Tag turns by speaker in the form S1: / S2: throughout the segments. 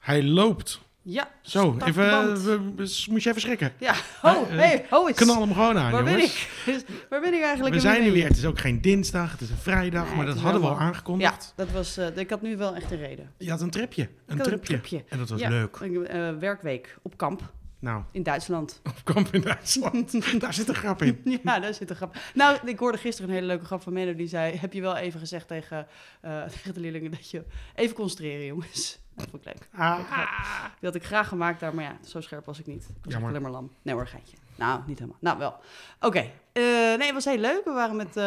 S1: Hij loopt.
S2: Ja,
S1: Zo,
S2: even,
S1: moest je even schrikken.
S2: Ja, eens.
S1: Knal hem gewoon aan,
S2: Waar
S1: jongens.
S2: Waar ben ik eigenlijk?
S1: We zijn er weer. Het is ook geen dinsdag, het is een vrijdag,
S2: Nee,
S1: maar dat hadden we al aangekondigd.
S2: Ja, dat was, ik had nu wel echt een reden.
S1: Je had een tripje. Een tripje. En dat was
S2: ja,
S1: leuk.
S2: Werkweek op kamp
S1: Nou,
S2: in Duitsland.
S1: op kamp in Duitsland. Daar zit een grap in.
S2: Ja, daar zit een grap. Nou, ik hoorde gisteren een hele leuke grap van Menno. Die zei, heb je wel even gezegd tegen de leerlingen dat je even concentreren, jongens. Dat vond ik leuk. Die had ik graag gemaakt daar, maar ja, zo scherp was ik niet. Ik was alleen maar lam. Nee hoor, geintje. Nou, niet helemaal. Nou, wel. Oké. Nee, het was heel leuk. We waren met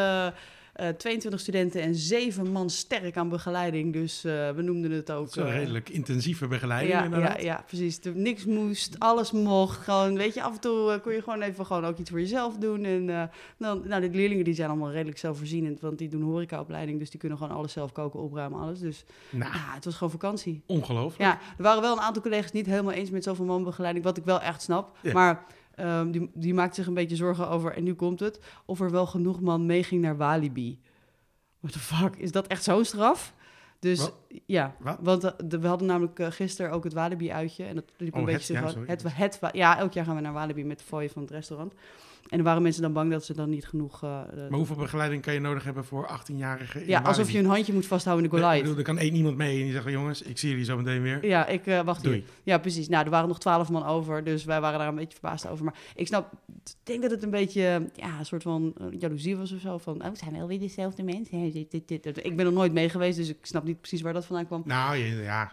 S2: 22 studenten en 7 man sterk aan begeleiding. Dus we noemden het ook...
S1: Zo'n redelijk intensieve begeleiding inderdaad.
S2: Ja, precies. Niks moest, alles mocht. Gewoon, weet je, af en toe kon je gewoon even ook iets voor jezelf doen. En de leerlingen die zijn allemaal redelijk zelfvoorzienend, want die doen horecaopleiding. Dus die kunnen gewoon alles zelf koken, opruimen, alles. Dus het was gewoon vakantie.
S1: Ongelooflijk.
S2: Ja, er waren wel een aantal collega's niet helemaal eens met zoveel man begeleiding, wat ik wel echt snap. Ja. Maar... die maakt zich een beetje zorgen over, en nu komt het, of er wel genoeg man meeging naar Walibi. What the fuck, is dat echt zo'n straf? Dus
S1: wat?
S2: Ja,
S1: wat?
S2: Want we hadden namelijk gisteren ook het Walibi-uitje. En dat liep een beetje zo. Ja, elk jaar gaan we naar Walibi met de foyer van het restaurant. En er waren mensen dan bang dat ze dan niet genoeg...
S1: maar hoeveel begeleiding kan je nodig hebben voor 18-jarigen?
S2: Ja, alsof je een handje moet vasthouden in de Goliath.
S1: Er kan één iemand mee en die zegt, jongens, ik zie jullie zo meteen weer.
S2: Ja, ik wacht
S1: Doei.
S2: hier. Ja, precies. Nou, er waren nog 12 man over, dus wij waren daar een beetje verbaasd over. Maar ik denk dat het een beetje een soort van jaloezie was of zo. Van, zijn we alweer dezelfde mensen? Ik ben er nooit mee geweest, dus ik snap niet precies waar dat vandaan kwam.
S1: Nou, ja...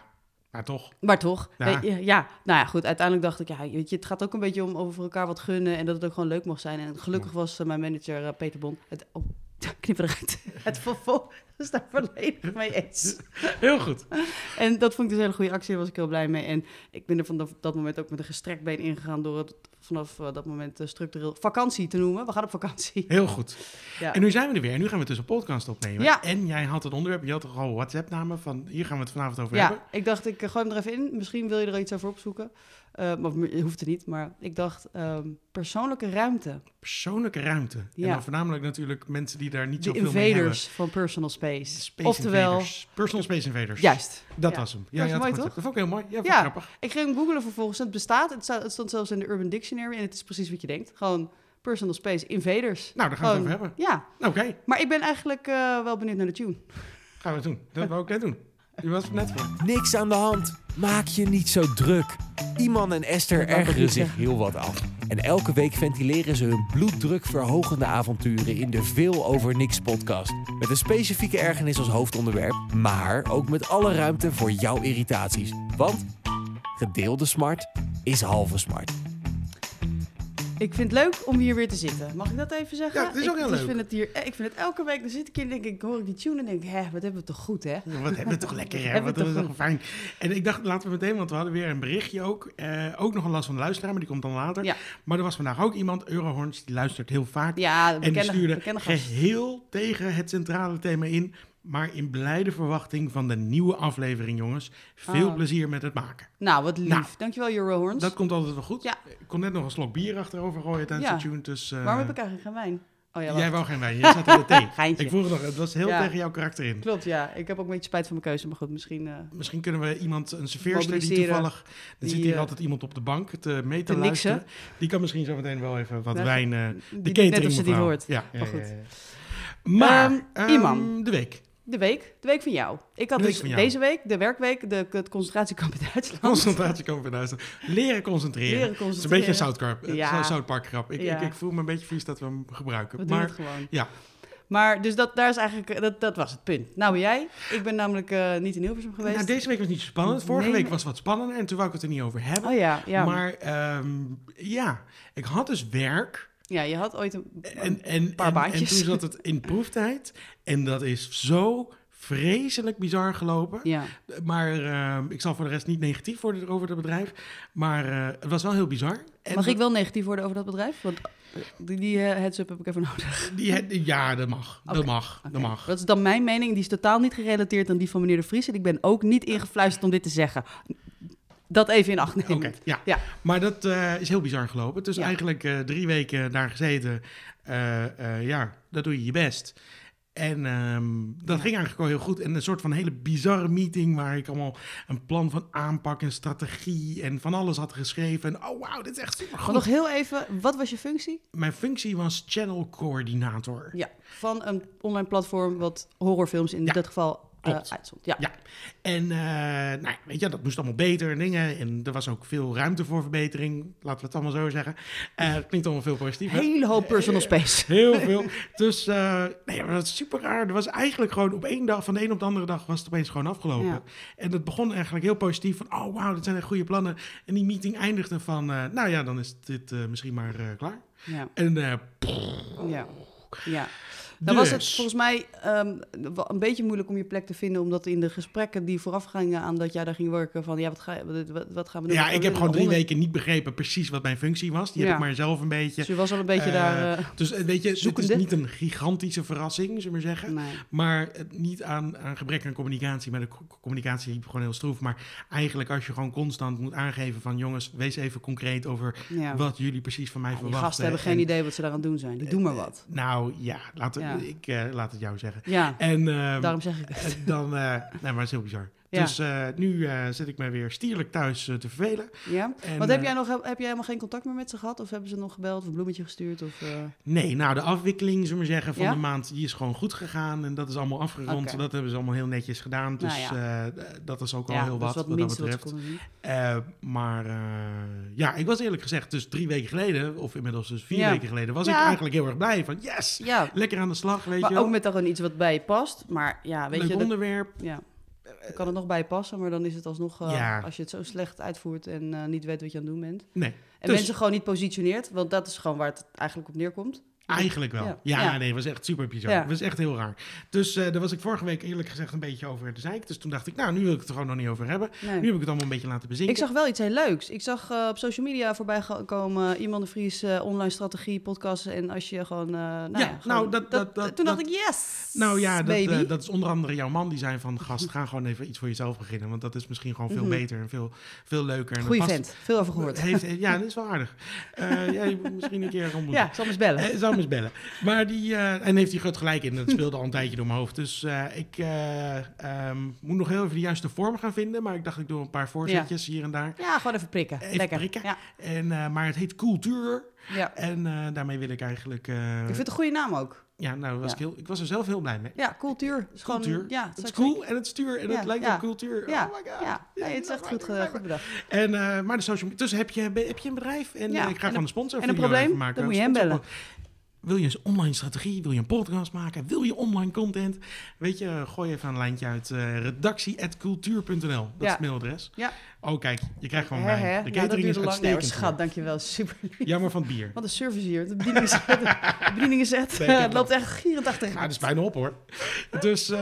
S1: Maar toch.
S2: Ja. Nou ja, goed. Uiteindelijk dacht ik, weet je, het gaat ook een beetje om over elkaar wat gunnen en dat het ook gewoon leuk mocht zijn. En gelukkig was mijn manager Peter Bon, knippen eruit. Het vervolg is daar volledig mee eens.
S1: Heel goed.
S2: En dat vond ik dus een hele goede actie, daar was ik heel blij mee. En ik ben er van dat moment ook met een gestrekt been ingegaan door het vanaf dat moment structureel vakantie te noemen. We gaan op vakantie.
S1: Heel goed.
S2: Ja.
S1: En nu zijn we er weer. En nu gaan we dus een podcast opnemen.
S2: Ja.
S1: En jij had het onderwerp, je had toch al WhatsApp-namen van, hier gaan we het vanavond over hebben.
S2: Ja, ik dacht, ik gooi hem er even in. Misschien wil je er iets over opzoeken. Maar je hoeft het niet, maar ik dacht, persoonlijke ruimte.
S1: Persoonlijke ruimte.
S2: Ja.
S1: En dan voornamelijk natuurlijk mensen die daar niet zoveel
S2: mee hebben. De invaders van personal space. Oftewel...
S1: Invaders. Personal space invaders.
S2: Juist.
S1: Dat was hem. Ja,
S2: dat is mooi, toch?
S1: Dat vond ik heel mooi. Ja, vond ik grappig.
S2: Ik ging googlen vervolgens. Het bestaat. Het stond zelfs in de Urban Dictionary. En het is precies wat je denkt. Gewoon personal space invaders.
S1: Nou, daar gaan we het over hebben.
S2: Ja.
S1: Oké.
S2: Maar ik ben eigenlijk wel benieuwd naar de tune.
S1: Gaan we doen. Dat wou ik net doen. U was er net voor.
S3: Niks aan de hand. Maak je niet zo druk. Iman en Esther ergeren zich heel wat af. En elke week ventileren ze hun bloeddrukverhogende avonturen in de Veel Over Niks podcast. Met een specifieke ergernis als hoofdonderwerp, maar ook met alle ruimte voor jouw irritaties. Want gedeelde smart is halve smart.
S2: Ik vind het leuk om hier weer te zitten. Mag ik dat even zeggen?
S1: Ja, het is ook heel leuk.
S2: Ik vind het elke week, dan zit ik hier en denk ik, hoor ik die tune en denk ik, wat hebben we toch goed, hè?
S1: Ja, wat hebben we toch lekker, hè? Wat is toch fijn. En ik dacht, laten we meteen, want we hadden weer een berichtje ook. Ook nog een last van de luisteraar, maar die komt dan later. Ja. Maar er was vandaag ook iemand, Eurohorns, die luistert heel vaak.
S2: Ja,
S1: en die stuurde geheel tegen het centrale thema in. Maar in blijde verwachting van de nieuwe aflevering, jongens. Veel plezier met het maken.
S2: Nou, wat lief. Dankjewel, Eurohorns.
S1: Dat komt altijd wel goed.
S2: Ja.
S1: Ik kon net nog een slok bier achterover gooien tijdens de tune. Dus,
S2: waarom heb ik eigenlijk geen wijn?
S1: Oh, ja, jij wou geen wijn, je zat in de thee.
S2: Geintje.
S1: Ik vroeg nog, het was heel tegen jouw karakter in.
S2: Klopt, ja. Ik heb ook een beetje spijt van mijn keuze, maar goed, misschien...
S1: Misschien kunnen we een serveerster die toevallig... Dan zit hier altijd iemand op de bank mee te luisteren. Die kan misschien zo meteen wel even wat wijn... de catering,
S2: net als ze die hoort.
S1: Ja,
S2: maar goed.
S1: Maar,
S2: Iman.
S1: De week.
S2: De week van jou. Ik had dus deze week, de werkweek, het concentratiekamp in Duitsland.
S1: Concentratiekamp in Duitsland. Leren concentreren. Het is een beetje een South Park grap. Ik voel me een beetje vies dat we hem gebruiken.
S2: We doen het gewoon.
S1: Ja.
S2: Maar dus daar is eigenlijk, dat was het punt. Nou ben jij. Ik ben namelijk niet in Hilversum geweest.
S1: Nou, deze week was niet zo spannend. Vorige week was wat spannender en toen wou ik het er niet over hebben.
S2: Oh ja.
S1: Maar ik had dus werk...
S2: Ja, je had ooit een paar baantjes.
S1: En toen zat het in proeftijd. En dat is zo vreselijk bizar gelopen. Ja. Maar ik zal voor de rest niet negatief worden over het bedrijf. Maar het was wel heel bizar. En
S2: mag ik wel negatief worden over dat bedrijf? Want die heads-up heb ik even nodig.
S1: Ja, dat mag. Okay. Dat mag.
S2: Dat is dan mijn mening. Die is totaal niet gerelateerd aan die van meneer De Vries. En ik ben ook niet ingefluisterd om dit te zeggen. Dat even in acht nemen.
S1: Okay, ja. Maar dat is heel bizar gelopen. Dus eigenlijk 3 weken daar gezeten. Dat doe je best. En dat ging eigenlijk al heel goed. En een soort van hele bizarre meeting waar ik allemaal een plan van aanpak en strategie en van alles had geschreven. En wauw, dit is echt super goed.
S2: Maar nog heel even, wat was je functie?
S1: Mijn functie was channel coördinator.
S2: Ja, van een online platform wat horrorfilms in dit geval uitzond. Ja.
S1: En weet je, dat moest allemaal beter en dingen. En er was ook veel ruimte voor verbetering. Laten we het allemaal zo zeggen. Het klinkt allemaal veel positiever.
S2: Hele hoop personal space.
S1: Heel veel. Dus maar dat is super raar. Er was eigenlijk gewoon op één dag, van de een op de andere dag, was het opeens gewoon afgelopen. Ja. En het begon eigenlijk heel positief van, wauw, dit zijn echt goede plannen. En die meeting eindigde van, dan is dit misschien maar klaar.
S2: Ja.
S1: En
S2: ja. Dan was het volgens mij een beetje moeilijk om je plek te vinden, omdat in de gesprekken die vooraf gingen aan dat jij daar ging werken, van wat gaan we doen?
S1: Ja, ik heb gewoon 3 weken niet begrepen precies wat mijn functie was. Die heb ik maar zelf een beetje...
S2: Dus je was al een beetje daar
S1: dus weet je,
S2: zoekende.
S1: Het is niet een gigantische verrassing, zullen we maar zeggen. Nee. Maar niet aan gebrek aan communicatie. Maar de communicatie liep gewoon heel stroef. Maar eigenlijk als je gewoon constant moet aangeven van, jongens, wees even concreet over wat jullie precies van mij verwachten.
S2: Die gasten hebben geen idee wat ze daaraan doen zijn. Die doen maar wat.
S1: Nou ja, ik laat het jou zeggen.
S2: Ja,
S1: en,
S2: daarom zeg ik het.
S1: Maar het is heel bizar. Ja. Dus nu zit ik me weer stierlijk thuis te vervelen.
S2: Ja? Want heb jij helemaal geen contact meer met ze gehad? Of hebben ze nog gebeld of een bloemetje gestuurd? Of,
S1: Nee, de afwikkeling, zullen we zeggen, van de maand, die is gewoon goed gegaan. En dat is allemaal afgerond. Okay. Dat hebben ze allemaal heel netjes gedaan. Dus dat is ook al heel wat dat betreft. Maar ik was eerlijk gezegd, dus 3 weken geleden, of inmiddels dus 4 weken geleden, was ik eigenlijk heel erg blij van, yes, lekker aan de slag, weet je wel.
S2: Maar ook met toch iets wat bij je past. Maar ja, weet
S1: leuk onderwerp.
S2: Dan kan het nog bij je passen, maar dan is het alsnog, als je het zo slecht uitvoert en niet weet wat je aan het doen bent.
S1: Nee.
S2: En mensen gewoon niet positioneert, want dat is gewoon waar het eigenlijk op neerkomt.
S1: Eigenlijk wel. Ja, nee, het was echt super bizar. Het was echt heel raar. Dus daar was ik vorige week eerlijk gezegd een beetje over de zeik. Dus toen dacht ik, nu wil ik het er gewoon nog niet over hebben. Nee. Nu heb ik het allemaal een beetje laten bezinken.
S2: Ik zag wel iets heel leuks. Ik zag op social media voorbij komen Iemand de Vries online strategie podcasts. En als je gewoon... toen dacht ik, yes!
S1: Nou ja, dat is onder andere jouw man die zei van, gast, ga gewoon even iets voor jezelf beginnen. Want dat is misschien gewoon veel beter en veel leuker. En
S2: goeie vent. Veel over gehoord.
S1: Ja, dat is wel aardig. Jij moet misschien een keer ontmoeten.
S2: Ja, zal eens bellen.
S1: Maar en heeft hij groot gelijk in. Dat speelde al een tijdje door mijn hoofd. Dus ik moet nog heel even de juiste vorm gaan vinden. Maar ik dacht, ik doe een paar voorzetjes hier en daar.
S2: Ja, gewoon even prikken. Lekker.
S1: Ja. En, maar het heet Cultuur. Ja. En daarmee wil ik eigenlijk...
S2: ik vind het een goede naam ook.
S1: Ja, ik was er zelf heel blij mee.
S2: Ja, cultuur.
S1: Cultuur. Het is cool en het stuur en het lijkt op cultuur.
S2: Ja.
S1: Oh my god.
S2: Ja, nee, het is echt goed bedacht.
S1: En, maar de social media... Dus heb je een bedrijf en ik ga van de sponsor
S2: en een probleem,
S1: maken.
S2: Dan moet je hem bellen.
S1: Wil je een online strategie? Wil je een podcast maken? Wil je online content? Weet je, gooi even een lijntje uit redactie@cultuur.nl. Dat is het mailadres. Ja. Oh, kijk, je krijgt gewoon mij. De catering is uitstekend.
S2: Nee, schat, dankjewel. Super lief.
S1: Jammer van het bier.
S2: Wat een service hier. De bediening is het. Het loopt echt gierend achterin.
S1: Ja, dat is bijna op, hoor. Dus...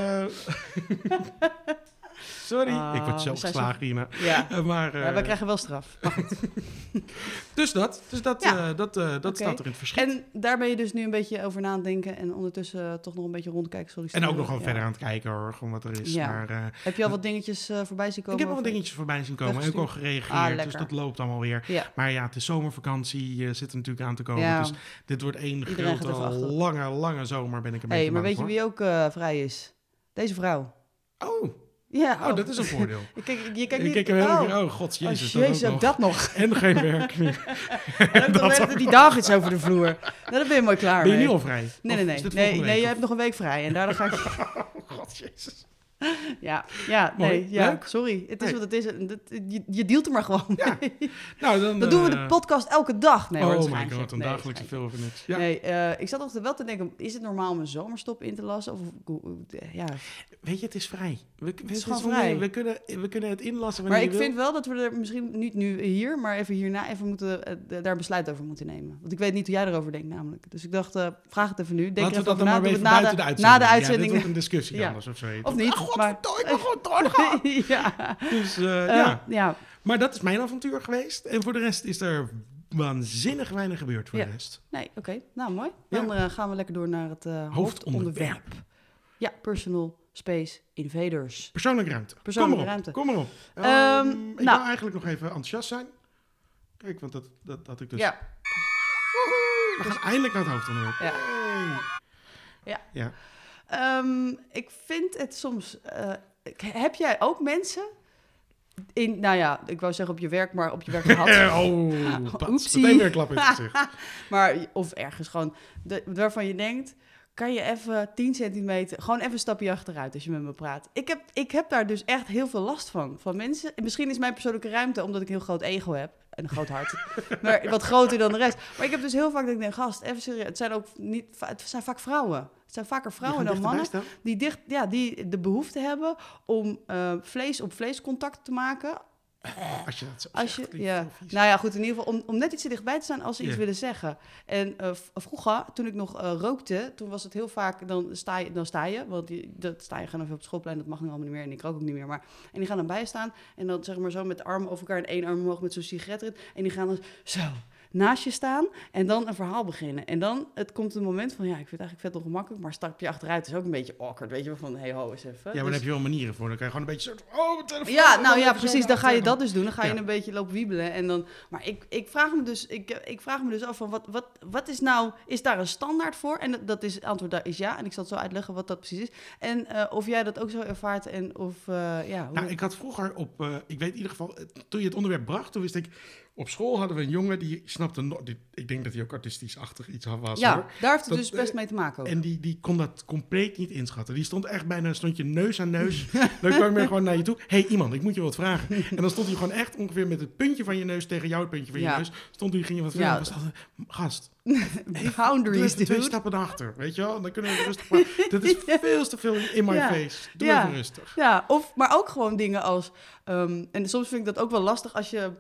S1: Sorry, ik word zo geslagen hierna.
S2: Ja, maar wij krijgen wel straf.
S1: Dus dat staat er in het verschiet.
S2: En daar ben je dus nu een beetje over na aan het denken en ondertussen toch nog een beetje rondkijken.
S1: En ook nog gewoon verder aan het kijken hoor, gewoon wat er is.
S2: Ja.
S1: Maar,
S2: heb je al wat dingetjes voorbij zien komen?
S1: Ik heb al wat dingetjes voorbij zien komen en ook al gereageerd, dus dat loopt allemaal weer. Ja. Maar ja, het is zomervakantie, zit er natuurlijk aan te komen. Ja. Dus dit wordt één grote, lange zomer ben ik een beetje
S2: maar weet je wie ook vrij is? Deze vrouw.
S1: Oh.
S2: Ja,
S1: dat is een voordeel.
S2: Je kijkt niet...
S1: God, jezus.
S2: Dat nog.
S1: En geen werk nu.
S2: En dan hebben die dag iets over de vloer. Dan ben je mooi klaar.
S1: Ben je nu al vrij?
S2: Nee, je hebt nog een week vrij. En daardoor ga ik...
S1: God, jezus.
S2: Leuk. Sorry. Het is wat het is. Je dealt er maar gewoon mee.
S1: Ja. Dan
S2: doen we de podcast elke dag. Nee,
S1: oh my god, een dagelijkse veel over niks. Ja.
S2: Nee, ik zat altijd wel te denken, is het normaal om een zomerstop in te lassen?
S1: Weet je, het is vrij.
S2: Het is gewoon vrij.
S1: We kunnen het inlassen
S2: wanneer je wil. Maar ik vind wel dat we er misschien niet nu hier, maar even hierna daar besluit over moeten nemen. Want ik weet niet hoe jij erover denkt namelijk. Dus ik dacht, vraag het even nu.
S1: Laten we dat dan maar even buiten de uitzending.
S2: Na de uitzending.
S1: Dit wordt een discussie anders of zo.
S2: Of niet.
S1: Ik wil gewoon doorgaan.
S2: Ja.
S1: Dus Maar dat is mijn avontuur geweest. En voor de rest is er waanzinnig weinig gebeurd voor de rest.
S2: Nee, oké. Nou, mooi. Dan gaan we lekker door naar het hoofdonderwerp. Ja, personal space invaders.
S1: Persoonlijke ruimte. Kom maar op. Ik wil eigenlijk nog even enthousiast zijn. Kijk, want dat had ik dus...
S2: Ja.
S1: We gaan eindelijk naar het hoofdonderwerp.
S2: Ja. ik vind het soms... heb jij ook mensen... ik wou zeggen op je werk, maar op je werk gehad.
S1: Meteen weer klap in het gezicht.
S2: Maar, of ergens gewoon, waarvan je denkt... kan je even 10 centimeter... gewoon even een stapje achteruit als je met me praat. Ik heb daar dus echt heel veel last van mensen. En misschien is mijn persoonlijke ruimte... omdat ik een heel groot ego heb en een groot hart. Maar wat groter dan de rest. Maar ik heb dus heel vaak dat ik denk... gast, even serieus. Het zijn vaak vrouwen. Het zijn vaker vrouwen dan mannen... die de behoefte hebben... om vlees op vlees contact te maken...
S1: Als je dat zo zegt.
S2: Nou ja, goed, in ieder geval om net iets te dichtbij te staan als ze iets willen zeggen. En vroeger, toen ik nog rookte, toen was het heel vaak, dan sta je, want dat sta je gewoon even op het schoolplein, dat mag nu allemaal niet meer en ik rook ook niet meer. Maar, en die gaan dan bij je staan en dan zeg maar zo met de armen over elkaar en één arm omhoog met zo'n sigaret erin. En die gaan dan zo naast je staan en dan een verhaal beginnen. En dan komt een moment van, ik vind het eigenlijk vet ongemakkelijk, maar stapje achteruit is ook een beetje awkward, weet je, van, hey ho, eens even.
S1: Ja, maar dan heb je wel manieren voor. Dan kan je gewoon een beetje soort, telefoon.
S2: Ja, precies, dan ga je dat dus doen. Dan ga je een beetje lopen wiebelen en dan... Maar ik vraag me dus af van, wat is nou... Is daar een standaard voor? En dat is, het antwoord daar is ja. En ik zal het zo uitleggen wat dat precies is. En of jij dat ook zo ervaart en of...
S1: ik had vroeger ik weet in ieder geval, toen je het onderwerp bracht, toen wist ik... Op school hadden we een jongen die snapte... ik denk dat hij ook artistisch-achtig iets was.
S2: Ja,
S1: hoor.
S2: Daar heeft het dus best mee te maken ook.
S1: En die kon dat compleet niet inschatten. Die stond echt stond je neus aan neus. Dan kwam je gewoon naar je toe. Hey, iemand, ik moet je wat vragen. En dan stond hij gewoon echt ongeveer met het puntje van je neus tegen jouw puntje van je neus. Ging je wat vragen. Was altijd, gast...
S2: Boundaries, dude.
S1: 2 stappen erachter, weet je wel? Dan kunnen we rustig praten. Dit is veel te veel in my face. Doe even rustig.
S2: Ja, maar ook gewoon dingen als... en soms vind ik dat ook wel lastig als je...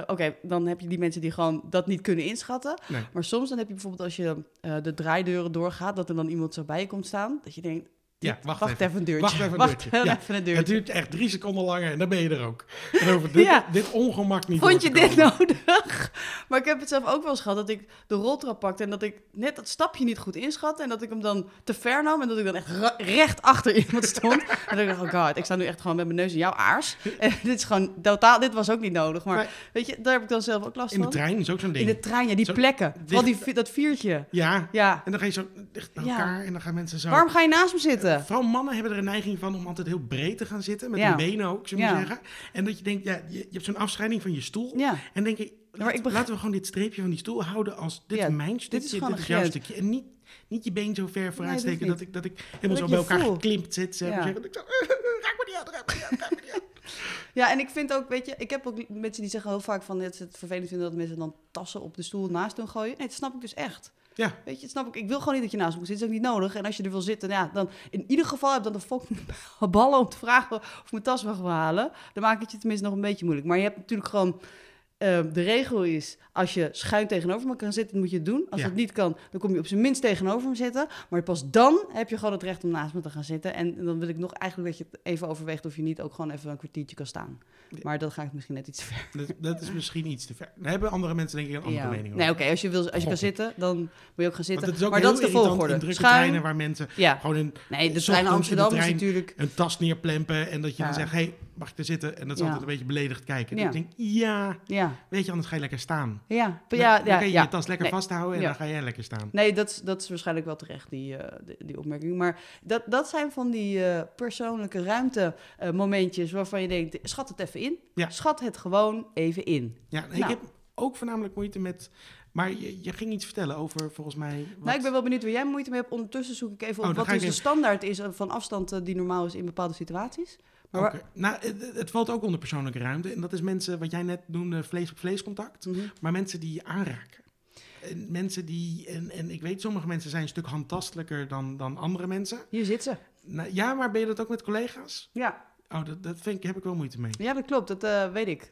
S2: dan heb je die mensen die gewoon dat niet kunnen inschatten. Nee. Maar soms dan heb je bijvoorbeeld als je de draaideuren doorgaat... dat er dan iemand zo bij je komt staan. Dat je denkt... Wacht even een deurtje. Even een deurtje.
S1: Het duurt echt 3 seconden langer en dan ben je er ook. En over dit ongemak niet.
S2: Vond je dit nodig? Maar ik heb het zelf ook wel eens gehad dat ik de roltrap pakte... en dat ik net dat stapje niet goed inschatte... en dat ik hem dan te ver nam... en dat ik dan echt recht achter iemand stond. En dan dacht ik, oh god, ik sta nu echt gewoon met mijn neus in jouw aars. En dit is gewoon totaal... Dit was ook niet nodig. Maar weet je, daar heb ik dan zelf ook last van.
S1: In de trein is ook zo'n ding.
S2: In de trein, die plekken. Dat viertje.
S1: Ja. En dan ga je zo dicht bij elkaar en dan gaan mensen zo...
S2: Waarom ga je naast me zitten?
S1: Vooral mannen hebben er een neiging van om altijd heel breed te gaan zitten. Met hun benen ook, zullen we zeggen. En dat je denkt, je hebt zo'n afscheiding van je stoel. Ja. En denk je, laten we gewoon dit streepje van die stoel houden als dit is mijn stukje, dit is jouw stukje. En niet je been zo ver vooruit steken dat ik helemaal zo bij elkaar geklimpt zit. Dat ik zo, raak me niet aan.
S2: Ja, en ik vind ook, weet je, ik heb ook mensen die zeggen heel vaak van... het vervelend vinden dat mensen dan tassen op de stoel naast hun gooien. Nee, dat snap ik dus echt. Ja. Weet je, snap ik wil gewoon niet dat je naast me zit. Dat is ook niet nodig. En als je er wil zitten, dan in ieder geval heb dan de fucking ballen om te vragen of mijn tas mag halen. Dan maak ik het je tenminste nog een beetje moeilijk. Maar je hebt natuurlijk gewoon... de regel is, als je schuin tegenover me kan zitten, dan moet je het doen. Als dat niet kan, dan kom je op zijn minst tegenover me zitten. Maar pas dan heb je gewoon het recht om naast me te gaan zitten. En dan wil ik nog eigenlijk dat je even overweegt of je niet ook gewoon even een kwartiertje kan staan. Maar dat ga ik misschien net iets te ver.
S1: Dat is misschien iets te ver. Dan hebben andere mensen denk ik een andere mening over.
S2: Nee, oké, als je kan zitten, dan moet je ook gaan zitten.
S1: Dat is ook
S2: maar dat is de volgorde.
S1: In drukke treinen waar mensen gewoon in...
S2: Nee, de trein naar Amsterdam is natuurlijk...
S1: een tas neerplempen en dat je dan zegt, hey, mag ik er zitten? En dat is altijd een beetje beledigd kijken. En ik denk, weet je, anders ga je lekker staan. Dan kan je je tas lekker vasthouden en dan ga jij lekker staan.
S2: Nee, dat is waarschijnlijk wel terecht, die opmerking. Maar dat zijn van die persoonlijke ruimte momentjes waarvan je denkt, schat het even in. Ja. Schat het gewoon even in.
S1: Ja, ik heb ook voornamelijk moeite met... Maar je ging iets vertellen over, volgens mij...
S2: Nou, ik ben wel benieuwd waar jij moeite mee hebt. Ondertussen zoek ik even op wat dus de standaard is van afstand die normaal is in bepaalde situaties.
S1: Okay. Nou, het valt ook onder persoonlijke ruimte. En dat is mensen, wat jij net noemde, vlees-op-vlees contact. Mm-hmm. Maar mensen die je aanraken. En mensen die... En ik weet, sommige mensen zijn een stuk handtastelijker dan andere mensen.
S2: Hier zit ze.
S1: Nou, ja, maar ben je dat ook met collega's?
S2: Ja.
S1: Oh, dat heb ik wel moeite mee.
S2: Ja, dat klopt. Dat weet ik.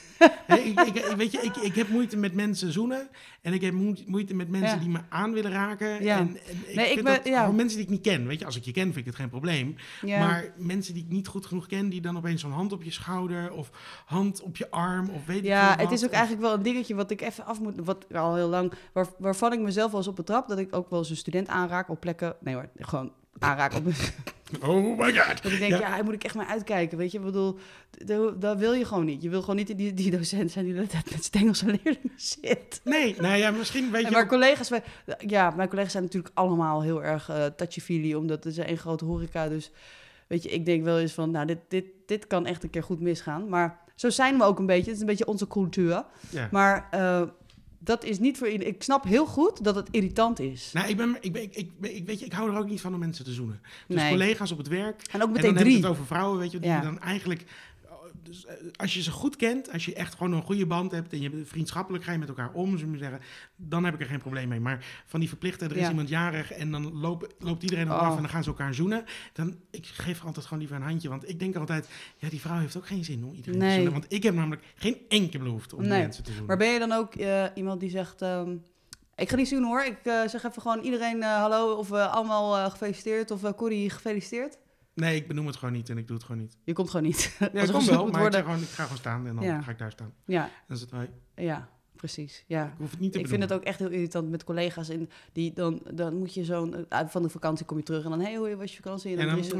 S1: Ik heb moeite met mensen zoenen. En ik heb moeite met mensen die me aan willen raken. Ja. En voor mensen die ik niet ken. Weet je, als ik je ken, vind ik het geen probleem. Ja. Maar mensen die ik niet goed genoeg ken, die dan opeens zo'n hand op je schouder of hand op je arm of weet ik
S2: Ja, het is ook eigenlijk wel een dingetje wat ik even af moet... Wat al heel lang... Waarvan ik mezelf wel eens op betrap, dat ik ook wel eens een student aanraak op plekken... Nee hoor, gewoon aanraak op...
S1: Oh my god.
S2: Dat ik denk, hij moet ik echt maar uitkijken. Weet je, ik bedoel, dat wil je gewoon niet. Je wil gewoon niet die docent zijn die de hele tijd met stengels en leerlingen zit.
S1: Nee, nou ja, misschien weet je...
S2: Maar collega's, mijn collega's zijn natuurlijk allemaal heel erg touchy-feely, omdat er is één grote horeca. Dus weet je, ik denk wel eens van, nou, dit kan echt een keer goed misgaan. Maar zo zijn we ook een beetje. Het is een beetje onze cultuur. Ja. Maar... dat is niet voor iedereen. Ik snap heel goed dat het irritant is.
S1: Nou, ik hou er ook niet van om mensen te zoenen. Dus collega's op het werk.
S2: En ook meteen
S1: en dan
S2: 3.
S1: heb je het over vrouwen, weet je, die dan eigenlijk... Dus als je ze goed kent, als je echt gewoon een goede band hebt en je vriendschappelijk ga je met elkaar om, zullen we zeggen, dan heb ik er geen probleem mee. Maar van die verplichte, er is iemand jarig en dan loopt iedereen op af en dan gaan ze elkaar zoenen. Ik geef altijd gewoon liever een handje, want ik denk altijd, die vrouw heeft ook geen zin om iedereen te zoenen. Want ik heb namelijk geen enkele behoefte om die mensen te zoenen.
S2: Maar ben je dan ook iemand die zegt, ik ga niet zoenen hoor, ik zeg even gewoon iedereen hallo of allemaal gefeliciteerd of Corrie gefeliciteerd?
S1: Nee, ik benoem het gewoon niet en ik doe het gewoon niet.
S2: Je komt gewoon niet.
S1: Ja, ik kom wel, maar ik ga gewoon staan en dan ga ik daar staan.
S2: Ja.
S1: En dan is het wij.
S2: Ja, precies. Ja.
S1: Ik hoef het niet te
S2: Ik vind het ook echt heel irritant met collega's. En die dan moet je van de vakantie kom je terug en dan, hoe was je vakantie? En dan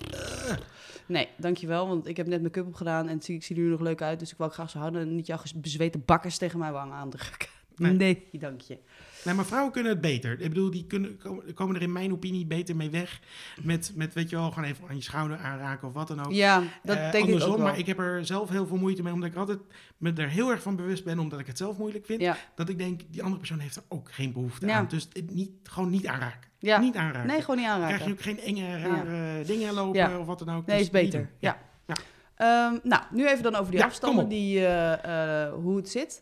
S2: nee, dankjewel, want ik heb net make-up opgedaan en ik zie er nu nog leuk uit. Dus ik wou graag zo houden en niet jouw bezweten bakkers tegen mijn wang aandrukken. Nee, dank je.
S1: Nee, maar vrouwen kunnen het beter. Ik bedoel, die komen er in mijn opinie beter mee weg. Met weet je wel, gewoon even aan je schouder aanraken of wat dan ook.
S2: Ja, dat denk ik ook wel.
S1: Maar ik heb er zelf heel veel moeite mee, omdat ik altijd me er heel erg van bewust ben, omdat ik het zelf moeilijk vind. Ja. Dat ik denk, die andere persoon heeft er ook geen behoefte aan. Dus gewoon niet aanraken.
S2: Ja.
S1: Niet aanraken.
S2: Nee, gewoon niet aanraken.
S1: Krijg je ook geen enge, rare dingen lopen of wat dan ook.
S2: Nee, is beter. Ja. Nou, nu even dan over die afstanden, hoe het zit.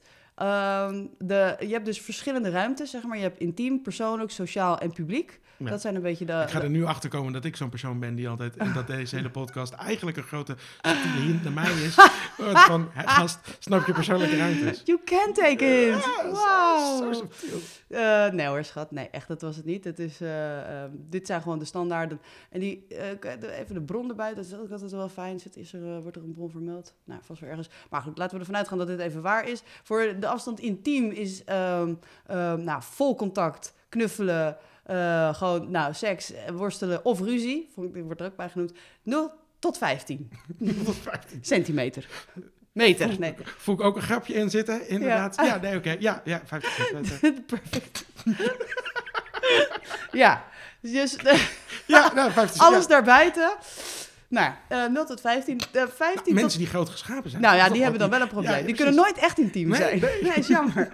S2: Je hebt dus verschillende ruimtes, zeg maar. Je hebt intiem, persoonlijk, sociaal en publiek. Ja. Dat zijn een beetje
S1: Ik ga er nu achter komen dat ik zo'n persoon ben die altijd... en dat deze hele podcast eigenlijk een grote subtiele hint naar mij is. Van, gast, snap je persoonlijke ruimtes?
S2: You can take it!
S1: Ja,
S2: wow!
S1: Zo subtiel.
S2: Nee hoor, schat. Nee, echt, dat was het niet. Het is, dit zijn gewoon de standaarden. En even de bron erbij, dat is ook altijd wel fijn. Wordt er een bron vermeld? Nou, vast wel ergens. Maar goed, laten we ervan uitgaan dat dit even waar is. Voor de afstand intiem is vol contact, knuffelen... gewoon, seks, worstelen of ruzie. Wordt er ook bij genoemd. 0 tot 15.
S1: 0 tot 15.
S2: Centimeter. Meter, nee.
S1: Voel ik ook een grapje in zitten, inderdaad. Ja, nee, oké. Ja, 15.
S2: Perfect. Ja. Dus,
S1: 15.
S2: Alles daarbuiten. Nou, 0 tot 15. 15
S1: mensen die groot geschapen zijn.
S2: Nou ja, die hebben dan wel een probleem. Die kunnen nooit echt intiem zijn. Nee, is jammer.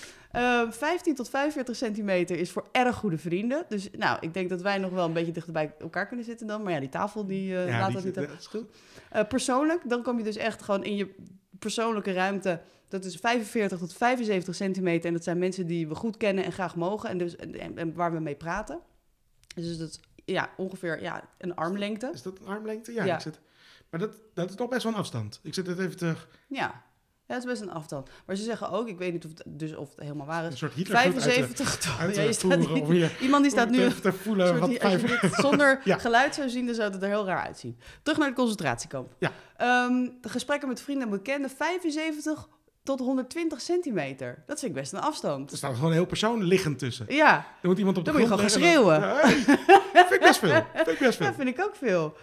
S2: 15 tot 45 centimeter is voor erg goede vrienden. Dus ik denk dat wij nog wel een beetje dichter bij elkaar kunnen zitten dan. Maar die tafel laat dat niet toe. Persoonlijk, dan kom je dus echt gewoon in je persoonlijke ruimte. Dat is 45 tot 75 centimeter. En dat zijn mensen die we goed kennen en graag mogen. En waar we mee praten. Dus dat is ongeveer een armlengte.
S1: Is dat een armlengte? Ja. Maar dat is toch best wel een afstand. Ik zet het even terug.
S2: Ja. Ja, het is best een afstand. Maar ze zeggen ook, ik weet niet of het helemaal waar is.
S1: Een soort Hitler
S2: 75 iemand die staat nu
S1: te voelen
S2: als je dit zonder geluid zou zien, dan zou het er heel raar uitzien. Terug naar het concentratiekamp.
S1: Ja.
S2: De gesprekken met vrienden en bekenden, 75 tot 120 centimeter. Dat vind ik best een afstand.
S1: Er staat gewoon een heel persoon liggend tussen.
S2: Ja.
S1: Er moet iemand op de
S2: grond liggen. Dan moet je gewoon gaan
S1: schreeuwen. Vind ik best veel.
S2: Ja, vind ik ook veel.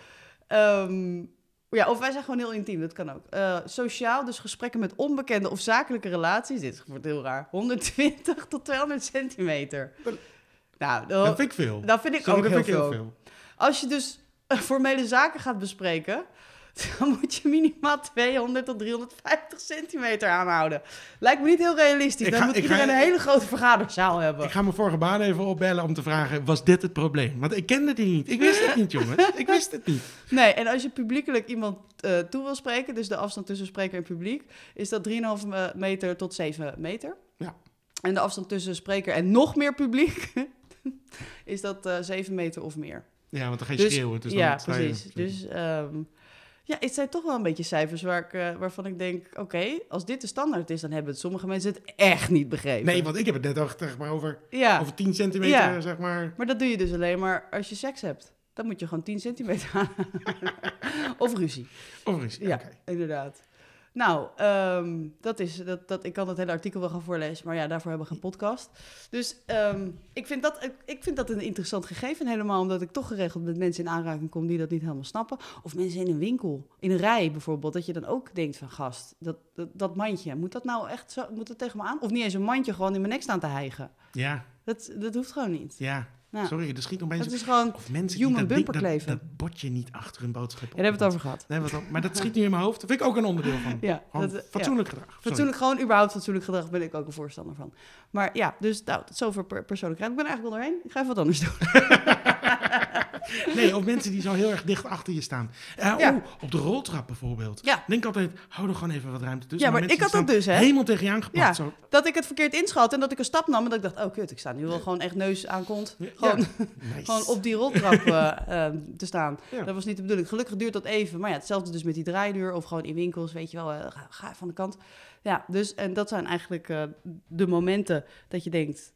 S2: Of wij zijn gewoon heel intiem, dat kan ook. Sociaal, dus gesprekken met onbekende of zakelijke relaties. Dit wordt heel raar. 120 tot 200 centimeter.
S1: Dat vind ik veel.
S2: Dat vind ik ook heel veel. Als je dus formele zaken gaat bespreken, dan moet je minimaal 200 tot 350 centimeter aanhouden. Lijkt me niet heel realistisch. Dan moet iedereen een hele grote vergaderzaal hebben.
S1: Ik ga mijn vorige baan even opbellen om te vragen, was dit het probleem? Want ik kende die niet. Ik wist het niet, jongens. Ik wist het niet.
S2: Nee, en als je publiekelijk iemand toe wil spreken, dus de afstand tussen spreker en publiek, is dat 3,5 meter tot 7 meter.
S1: Ja.
S2: En de afstand tussen spreker en nog meer publiek is dat 7 meter of meer.
S1: Ja, want dan ga je schreeuwen. Dus
S2: ja, precies. Dus het zijn toch wel een beetje cijfers waarvan ik denk, oké, als dit de standaard is, dan hebben sommige mensen het echt niet begrepen.
S1: Nee, want ik heb het net al over 10 centimeter, zeg maar.
S2: Maar dat doe je dus alleen maar als je seks hebt. Dan moet je gewoon 10 centimeter aan. Of ruzie.
S1: Ja, okay.
S2: Inderdaad. Nou, ik kan het hele artikel wel gaan voorlezen, maar ja, daarvoor hebben we geen podcast. Dus ik vind dat een interessant gegeven, helemaal omdat ik toch geregeld met mensen in aanraking kom die dat niet helemaal snappen. Of mensen in een winkel, in een rij bijvoorbeeld, dat je dan ook denkt van gast, dat mandje, moet dat nou echt zo, moet dat tegen me aan? Of niet eens een mandje gewoon in mijn nek staan te hijgen.
S1: Ja.
S2: Dat hoeft gewoon niet.
S1: Ja. Nou, sorry, er schiet opeens...
S2: Het is gewoon
S1: of mensen
S2: human
S1: die
S2: bumperkleven.
S1: Dat bordje niet achter hun boodschap op.
S2: Ja, daar hebben we het over gehad.
S1: Maar dat schiet nu in mijn hoofd. Dat vind ik ook een onderdeel van.
S2: Ja,
S1: fatsoenlijk gedrag.
S2: Gewoon überhaupt fatsoenlijk gedrag ben ik ook een voorstander van. Maar ja, dus tot zover persoonlijk. Ik ben eigenlijk wel doorheen. Ik ga even wat anders doen.
S1: Nee, of mensen die zo heel erg dicht achter je staan. Op de roltrap bijvoorbeeld. Ja. Denk altijd, hou er gewoon even wat ruimte tussen.
S2: Ja, maar ik had dat dus, hè.
S1: Helemaal tegen je aangepakt. Ja,
S2: zo. Dat ik het verkeerd inschat en dat ik een stap nam en dat ik dacht, oh kut, ik sta nu wel gewoon echt neus aan kont. Gewoon, gewoon op die roltrap te staan. Ja. Dat was niet de bedoeling. Gelukkig duurt dat even. Maar ja, hetzelfde dus met die draaideur of gewoon in winkels, weet je wel, ga van de kant. Ja, dus en dat zijn eigenlijk de momenten dat je denkt,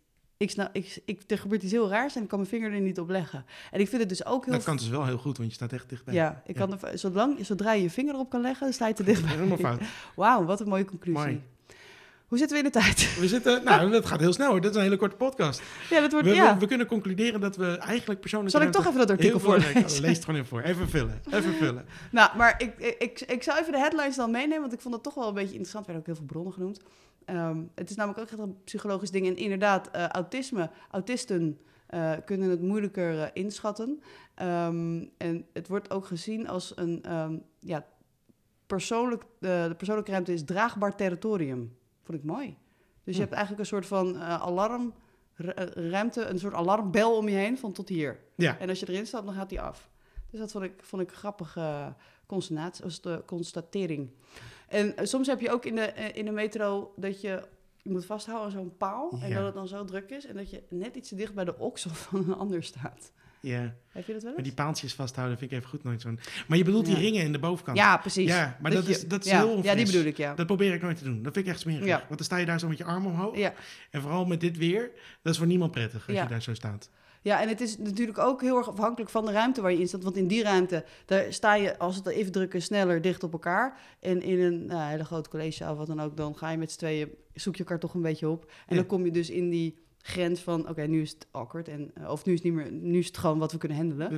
S2: er gebeurt iets heel raars en ik kan mijn vinger er niet op leggen. En ik vind het dus ook heel...
S1: Dat kan dus wel heel goed, want je staat echt dichtbij.
S2: Ja, zodra je je vinger erop kan leggen, dan sta je te dichtbij.
S1: Helemaal fout.
S2: Wauw, wat een mooie conclusie. Mooi. Hoe zitten we in de tijd?
S1: Dat gaat heel snel hoor. Dit is een hele korte podcast.
S2: Ja, dat wordt,
S1: we kunnen concluderen dat we eigenlijk persoonlijk...
S2: Zal ik toch even dat artikel voorlezen?
S1: Lees het gewoon even voor. Even vullen.
S2: Nou, maar ik zou even de headlines dan meenemen, want ik vond het toch wel een beetje interessant. Er werden ook heel veel bronnen genoemd. Het is namelijk ook echt een psychologisch ding. En inderdaad, autisten kunnen het moeilijker inschatten. En het wordt ook gezien als een... de persoonlijke ruimte is draagbaar territorium. Vond ik mooi. Dus je hebt eigenlijk een soort van alarmruimte, een soort alarmbel om je heen van tot hier. Ja. En als je erin staat, dan gaat die af. Dus dat vond ik een grappige constatering. En soms heb je ook in de metro dat je moet vasthouden aan zo'n paal. Ja. En dat het dan zo druk is. En dat je net iets te dicht bij de oksel van een ander staat.
S1: Ja.
S2: Heb je dat wel eens?
S1: Maar die paaltjes vasthouden vind ik even goed nooit zo'n... Maar je bedoelt die ringen in de bovenkant.
S2: Ja, precies.
S1: Ja, maar dat is heel onfris.
S2: Ja, die bedoel ik, ja.
S1: Dat probeer ik nooit te doen. Dat vind ik echt smerig. Ja. Want dan sta je daar zo met je arm omhoog. Ja. En vooral met dit weer, dat is voor niemand prettig als je daar zo staat.
S2: Ja, en het is natuurlijk ook heel erg afhankelijk van de ruimte waar je in staat. Want in die ruimte, daar sta je, als het even druk is, sneller dicht op elkaar. En in een hele grote college of wat dan ook, dan ga je met z'n tweeën, zoek je elkaar toch een beetje op. En dan kom je dus in die grens van, oké, nu is het awkward. Of nu is het niet meer, nu is het gewoon wat we kunnen handelen.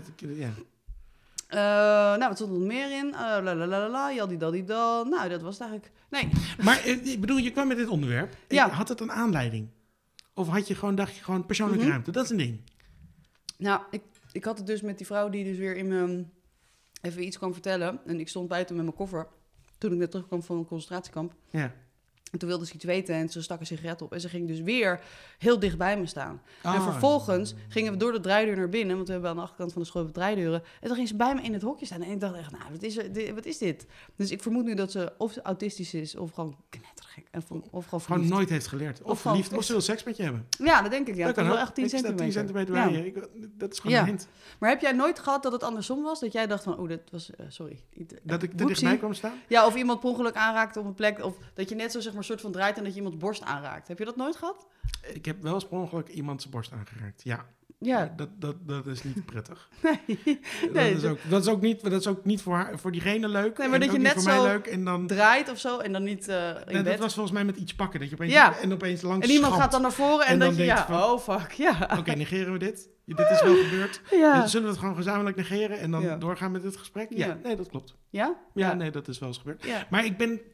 S2: Wat stond er nog meer in? Jadidadidal. Nou, dat was het eigenlijk. Nee.
S1: Maar ik bedoel, je kwam met dit onderwerp. Had het een aanleiding? Of dacht je gewoon persoonlijke ruimte? Dat is een ding. Nou,
S2: ik had het dus met die vrouw die dus weer in me even iets kwam vertellen. En ik stond buiten met mijn koffer toen ik net terugkwam van een concentratiekamp. Ja. En toen wilde ze iets weten en ze stak een sigaret op. En ze ging dus weer heel dicht bij me staan. En vervolgens gingen we door de draaideur naar binnen. Want we hebben aan de achterkant van de school draaideuren. En toen ging ze bij me in het hokje staan. En ik dacht echt, wat is dit? Dus ik vermoed nu dat ze of autistisch is of gewoon knettergek. Of
S1: gewoon nooit heeft geleerd. Of verliefd. Of ze wil seks met je hebben.
S2: Ja, dat denk ik. Ja.
S1: Dat kan
S2: wel
S1: ook.
S2: Echt 10 centimeter.
S1: 10 centimeter bij je. Dat is gewoon een hint.
S2: Maar heb jij nooit gehad dat het andersom was? Dat jij dacht van, dat was, sorry.
S1: Dat ik er dichtbij kwam staan?
S2: Ja, of iemand per ongeluk aanraakte op een plek. Of dat je net zo zeg maar soort van draait en dat je iemands borst aanraakt. Heb je dat nooit gehad?
S1: Ik heb wel eens per ongeluk iemand zijn borst aangeraakt, ja.
S2: Ja.
S1: Dat is niet prettig.
S2: Nee.
S1: Dat is ook niet voor diegene leuk.
S2: Nee, maar dat je net zo leuk en dan draait of zo en dan niet in bed.
S1: Dat was volgens mij met iets pakken. Dat je opeens langs
S2: en iemand gaat dan naar voren en dan denkt oh fuck, ja.
S1: Oké, negeren we dit? Dit is wel gebeurd. Ja. Dus zullen we het gewoon gezamenlijk negeren en dan doorgaan met het gesprek? Ja, nee, dat klopt.
S2: Ja?
S1: Ja, nee, dat is wel eens gebeurd. Ja. Maar ik ben...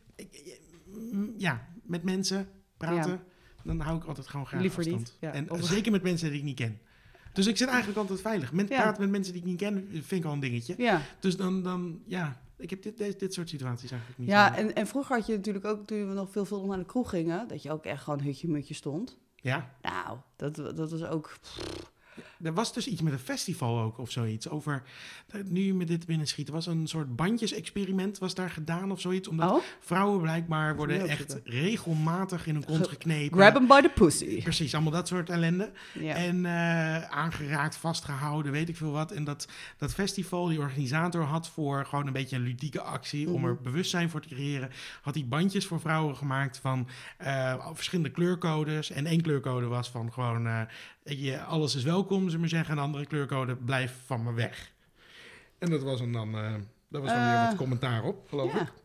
S1: met mensen praten, dan hou ik altijd gewoon graag
S2: liever
S1: afstand.
S2: Niet. Ja.
S1: En zeker met mensen die ik niet ken. Dus ik zit eigenlijk altijd veilig. Praten met mensen die ik niet ken, vind ik al een dingetje. Ja. Dus dan ik heb dit soort situaties eigenlijk niet.
S2: Ja, en vroeger had je natuurlijk ook, toen we nog veel naar de kroeg gingen, dat je ook echt gewoon hutje-mutje stond.
S1: Ja.
S2: Nou, dat was ook...
S1: Er was dus iets met een festival ook of zoiets. Over, nu je met dit binnenschieten, was een soort bandjes-experiment was daar gedaan of zoiets. Omdat vrouwen blijkbaar worden echt regelmatig in hun kont geknepen.
S2: Grab them by the pussy.
S1: Precies, allemaal dat soort ellende. Ja. En aangeraakt, vastgehouden, weet ik veel wat. En dat festival, die organisator had voor gewoon een beetje een ludieke actie, om er bewustzijn voor te creëren, had hij bandjes voor vrouwen gemaakt van verschillende kleurcodes. En 1 kleurcode was van gewoon... alles is welkom, zullen we maar zeggen. En een andere kleurcode, blijf van me weg. En dat was dan weer wat commentaar op, geloof ik.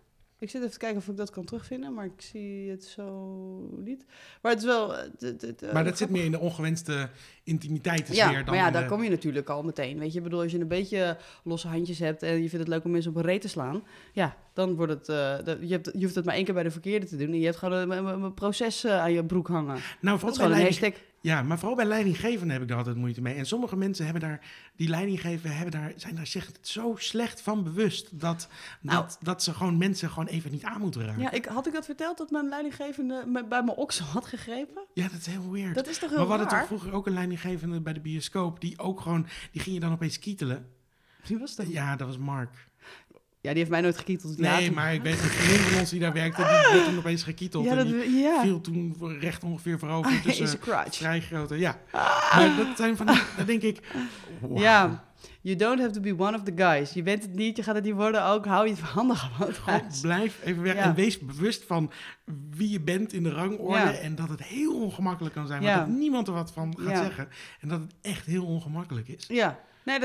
S2: Ik zit even te kijken of ik dat kan terugvinden, maar ik zie het zo niet. Maar het is wel...
S1: maar dat zit meer in de ongewenste intimiteitssfeer.
S2: Ja, maar daar kom je natuurlijk al meteen. Weet je, ik bedoel, als je een beetje losse handjes hebt en je vindt het leuk om mensen op een reet te slaan, ja, dan wordt het... je hoeft het maar 1 keer bij de verkeerde te doen en je hebt gewoon een proces aan je broek hangen.
S1: Nou, dat is gewoon een hashtag. Ja, maar vooral bij leidinggevenden heb ik daar altijd moeite mee. En sommige mensen hebben daar, die leidinggeven zijn daar zich zo slecht van bewust dat ze gewoon mensen gewoon even niet aan moeten raken.
S2: Ja, had ik dat verteld dat mijn leidinggevende bij mijn oksel had gegrepen?
S1: Ja, dat is heel weird.
S2: Dat is toch heel
S1: Maar we
S2: raar?
S1: hadden toch vroeger ook een leidinggevende bij de bioscoop die ook gewoon, die ging je dan opeens kietelen.
S2: Wie was dat?
S1: Ja, dat was Mark.
S2: Ja, die heeft mij nooit gekieteld.
S1: Nee, maar ik weet een vriendin van ons die daar werkte, die werd toen opeens gekieteld. Ja, die viel toen recht ongeveer voorover tussen vrij grote. Ja, maar dat zijn van, dan denk ik, wow.
S2: Ja, you don't have to be one of the guys. Je bent het niet, je gaat het niet worden, ook hou je het handen gewoon thuis.
S1: Blijf even weg en wees bewust van wie je bent in de rangorde en dat het heel ongemakkelijk kan zijn, maar dat niemand er wat van gaat zeggen en dat het echt heel ongemakkelijk is.
S2: Ja. Nee,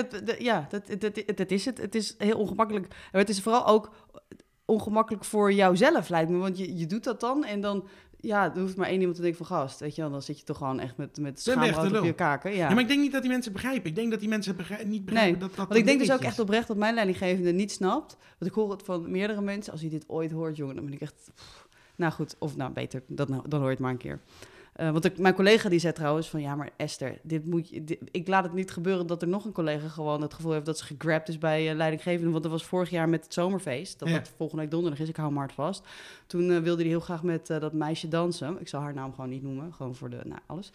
S2: dat is het. Het is heel ongemakkelijk. Maar het is vooral ook ongemakkelijk voor jouzelf, lijkt me. Want je doet dat dan en dan... Ja, er hoeft maar 1 iemand te denken van gast, weet je wel. Dan zit je toch gewoon echt met schaamrood op je kaken. Ja,
S1: maar ik denk niet dat die mensen begrijpen. Ik denk dat die mensen niet begrijpen dat
S2: want ik denk dus ook echt oprecht dat mijn leidinggevende niet snapt. Want ik hoor het van meerdere mensen. Als je dit ooit hoort, jongen, dan ben ik echt... Nou goed, of nou beter, dan hoor je het maar een keer. Want mijn collega die zei trouwens van... Ja, maar Esther, ik laat het niet gebeuren dat er nog een collega gewoon het gevoel heeft dat ze gegrabt is bij leidinggevende. Want dat was vorig jaar met het zomerfeest. Dat volgende week donderdag is. Ik hou hem hard vast. Toen wilde hij heel graag met dat meisje dansen. Ik zal haar naam gewoon niet noemen. Gewoon voor alles.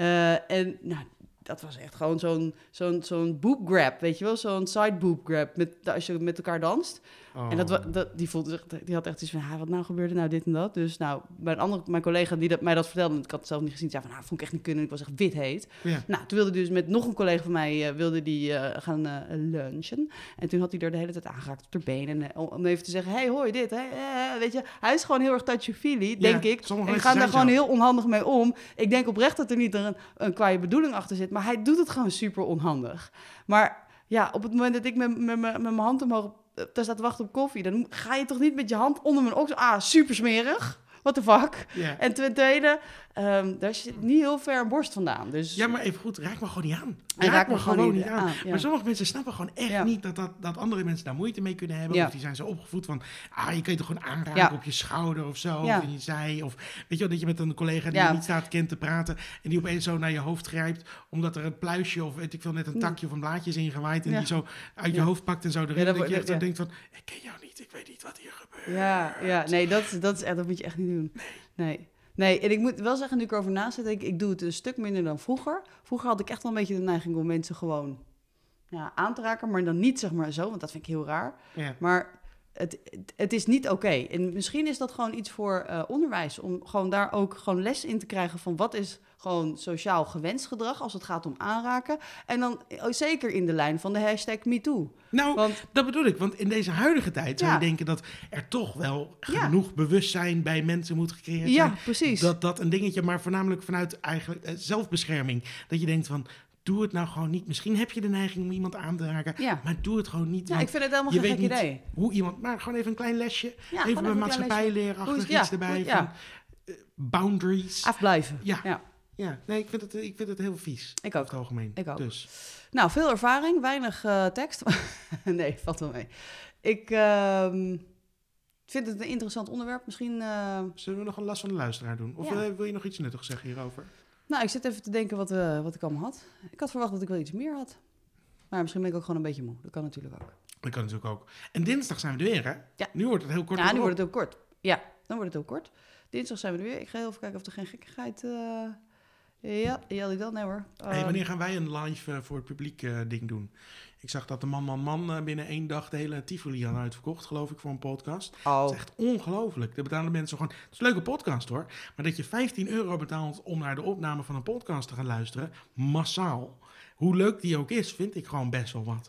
S2: En nou... Dat was echt gewoon zo'n boob grab, weet je wel? Zo'n side boob grab, als je met elkaar danst. Oh. En die had echt iets van, wat nou gebeurde nou dit en dat? Dus nou, mijn collega die mij dat vertelde, ik had het zelf niet gezien, zei van, vond ik echt niet kunnen. Ik was echt wit heet. Ja. Nou, toen wilde hij dus met nog een collega van mij, gaan lunchen. En toen had hij er de hele tijd aangeraakt op haar benen. Om even te zeggen, hey, hoor je dit? Weet je, hij is gewoon heel erg touchy-feely, denk ik. En we gaan daar gewoon heel onhandig mee om. Ik denk oprecht dat er niet een kwaaie bedoeling achter zit, maar hij doet het gewoon super onhandig. Maar ja, op het moment dat ik met mijn hand omhoog daar staat te wachten op koffie, dan ga je toch niet met je hand onder mijn oksel... super smerig. What the fuck? Yeah. En ten tweede, daar zit niet heel ver een borst vandaan. Dus...
S1: Ja, maar even goed, raak me gewoon niet aan. Raak me gewoon niet aan. Ja. Maar sommige mensen snappen gewoon echt niet dat andere mensen daar moeite mee kunnen hebben. Ja. Of die zijn zo opgevoed van, je kan je toch gewoon aanraken op je schouder of zo. Ja. Of in je zij. Of weet je wel, dat je met een collega die je niet staat kent te praten en die opeens zo naar je hoofd grijpt, omdat er een pluisje of weet ik veel, net een takje of een blaadje is ingewaaid en die zo uit je hoofd pakt en zo erin. Dat je echt denkt van, ik ken jou niet, ik weet niet wat hier gebeurt.
S2: Ja, nee, dat is echt, dat moet je echt niet doen. Nee, en ik moet wel zeggen, nu ik erover nazit, ik doe het een stuk minder dan vroeger. Vroeger had ik echt wel een beetje de neiging om mensen gewoon aan te raken, maar dan niet zeg maar zo, want dat vind ik heel raar. Ja. Maar het is niet oké. En misschien is dat gewoon iets voor onderwijs, om gewoon daar ook gewoon les in te krijgen van wat is gewoon sociaal gewenst gedrag als het gaat om aanraken. En dan zeker in de lijn van de hashtag MeToo.
S1: Nou, dat bedoel ik. Want in deze huidige tijd zou je denken dat er toch wel genoeg bewustzijn bij mensen moet gecreëerd zijn.
S2: Ja, precies.
S1: Dat een dingetje, maar voornamelijk vanuit eigenlijk zelfbescherming. Dat je denkt van, doe het nou gewoon niet. Misschien heb je de neiging om iemand aan te raken, maar doe het gewoon niet.
S2: Ja, ik vind het helemaal geen gek idee.
S1: Hoe iemand, maar gewoon even een klein lesje. Ja, even een maatschappijleerachtig iets erbij. Van, boundaries.
S2: Afblijven.
S1: Ja, nee, ik vind het heel vies.
S2: Ik ook.
S1: Over het algemeen.
S2: Ik ook.
S1: Dus.
S2: Nou, veel ervaring, weinig tekst. Nee, valt wel mee. Ik vind het een interessant onderwerp. Misschien...
S1: Zullen we nog een last van de luisteraar doen? Of wil je nog iets nuttigs zeggen hierover?
S2: Nou, ik zit even te denken wat ik allemaal had. Ik had verwacht dat ik wel iets meer had. Maar misschien ben ik ook gewoon een beetje moe. Dat kan natuurlijk ook.
S1: Dat kan natuurlijk ook. En dinsdag zijn we er weer, hè? Ja. Nu wordt het heel kort.
S2: Ja, nu wordt het heel kort. Ja, dan wordt het heel kort. Dinsdag zijn we er weer. Ik ga heel even kijken of er geen gekkigheid... Ja, dat nee hoor.
S1: Wanneer gaan wij een live voor het publiek ding doen? Ik zag dat de Man binnen 1 dag de hele Tivoli had uitverkocht, geloof ik, voor een podcast. Oh. Dat is echt ongelooflijk. Daar betalen mensen gewoon... Het is een leuke podcast hoor. Maar dat je €15 betaalt om naar de opname van een podcast te gaan luisteren, massaal. Hoe leuk die ook is, vind ik gewoon best wel wat.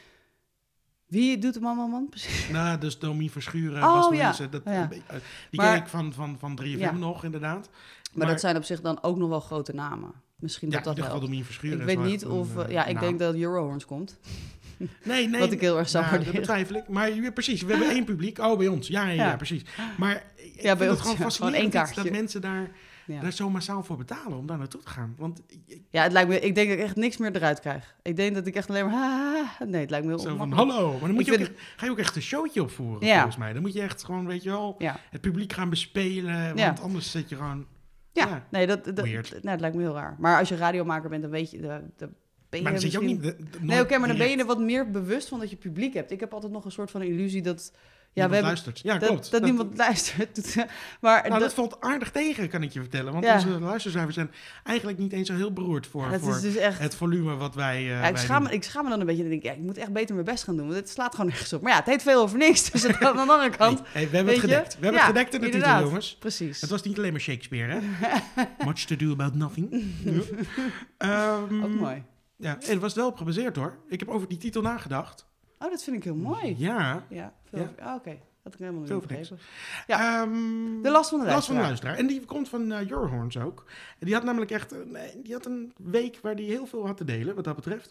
S2: Wie doet de Man? Precies.
S1: Nou, dus Domien Verschuren, Bas Mensen. Die ken ik van 3FM nog, inderdaad.
S2: Maar dat zijn op zich dan ook nog wel grote namen. Misschien dat wel.
S1: Domien Verschuren.
S2: Ik weet niet of... ik denk dat Eurohorns komt.
S1: Nee.
S2: Wat ik heel erg zou waarderen.
S1: Dat betwijfel ik. Maar precies, we hebben 1 publiek. Oh, bij ons. Ja, precies. Maar ik vind het gewoon fascinerend dat mensen daar zo massaal voor betalen om daar naartoe te gaan. Want
S2: het lijkt me, ik denk dat ik echt niks meer eruit krijg. Ik denk dat ik echt alleen maar... Nee, het lijkt me heel
S1: zo van, hallo. Maar dan moet ga je ook echt een showtje opvoeren, volgens mij. Dan moet je echt gewoon, weet je wel, het publiek gaan bespelen. Want anders zit je gewoon...
S2: Nee, dat lijkt me heel raar. Maar als je radiomaker bent, dan weet je...
S1: Maar dan zit je ook niet...
S2: maar dan ben je er wat meer bewust van dat je publiek hebt. Ik heb altijd nog een soort van illusie dat...
S1: niemand luistert. Ja, klopt.
S2: Dat niemand luistert. Maar
S1: dat valt aardig tegen, kan ik je vertellen. Want onze luistercijfers zijn eigenlijk niet eens zo heel beroerd voor
S2: dus echt...
S1: het volume wat wij...
S2: ik schaam me dan een beetje en denk ik moet echt beter mijn best gaan doen. Want het slaat gewoon nergens op. Maar het heet veel over niks. Dus aan de andere kant...
S1: we hebben het gedekt. We hebben het gedekt in de titel, jongens.
S2: Precies.
S1: Het was niet alleen maar Shakespeare, hè? Much to do about nothing.
S2: Ook mooi.
S1: Ja, en het was wel op gebaseerd, hoor. Ik heb over die titel nagedacht.
S2: Oh, dat vind ik heel mooi.
S1: Ja.
S2: Oké. Dat ik helemaal niet begrepen.
S1: Ja.
S2: De last van de luisteraar.
S1: Last van de luisteraar. En die komt van Eurohorns ook. En die had namelijk echt een week waar die heel veel had te delen, wat dat betreft.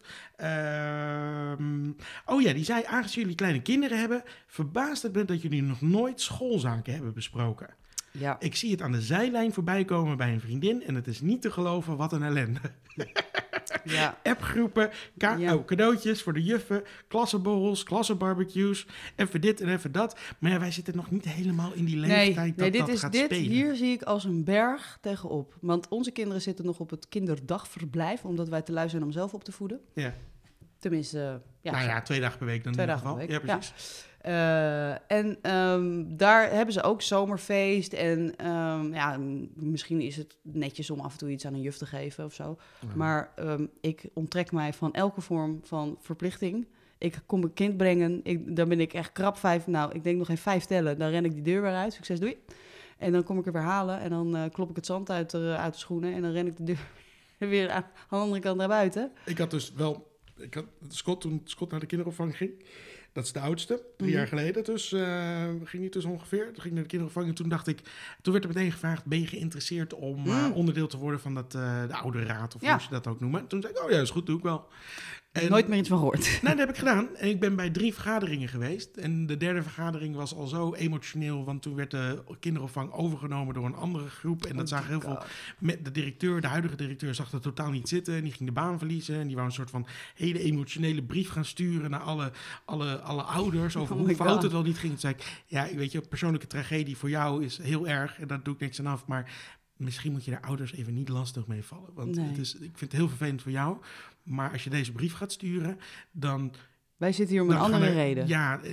S1: Die zei, aangezien jullie kleine kinderen hebben, verbaasd het me dat jullie nog nooit schoolzaken hebben besproken.
S2: Ja.
S1: Ik zie het aan de zijlijn voorbij komen bij een vriendin en het is niet te geloven wat een ellende.
S2: Ja.
S1: Appgroepen, cadeautjes voor de juffen, klassenborrels, klassenbarbecues, even dit en even dat. Maar wij zitten nog niet helemaal in die leeftijd dat gaat spelen.
S2: Hier zie ik als een berg tegenop. Want onze kinderen zitten nog op het kinderdagverblijf, omdat wij te lui zijn om zelf op te voeden.
S1: Ja.
S2: Tenminste,
S1: 2 dagen per week dan in ieder geval. Ja, precies.
S2: Daar hebben ze ook zomerfeest. En misschien is het netjes om af en toe iets aan een juf te geven of zo. Ja. Maar ik onttrek mij van elke vorm van verplichting. Ik kom een kind brengen. Dan ben ik echt krap 5. Nou, ik denk nog geen 5 tellen. Dan ren ik die deur weer uit. Succes, doei. En dan kom ik er weer halen. En dan klop ik het zand uit de schoenen. En dan ren ik de deur weer aan de andere kant naar buiten.
S1: Ik had dus wel... Scott, toen Scott naar de kinderopvang ging... Dat is de oudste, 3 jaar geleden. Dus ging hij dus ongeveer. Toen ging ik naar de kinderopvang en toen werd er meteen gevraagd, ben je geïnteresseerd om onderdeel te worden van de ouderraad, of hoe ze dat ook noemen. Toen zei ik, is goed, doe ik wel. En,
S2: nooit meer iets van gehoord.
S1: Nee, dat heb ik gedaan. En ik ben bij 3 vergaderingen geweest. En de 3e vergadering was al zo emotioneel, want toen werd de kinderopvang overgenomen door een andere groep. En dat zagen heel veel... Met de directeur, de huidige directeur, zag er totaal niet zitten. En die ging de baan verliezen. En die wou een soort van hele emotionele brief gaan sturen naar alle ouders over hoe fout het wel niet ging. Toen zei ik, weet je, persoonlijke tragedie voor jou is heel erg. En daar doe ik niks aan af. Maar misschien moet je daar ouders even niet lastig mee vallen. Want ik vind het heel vervelend voor jou. Maar als je deze brief gaat sturen, dan...
S2: Wij zitten hier om een andere reden.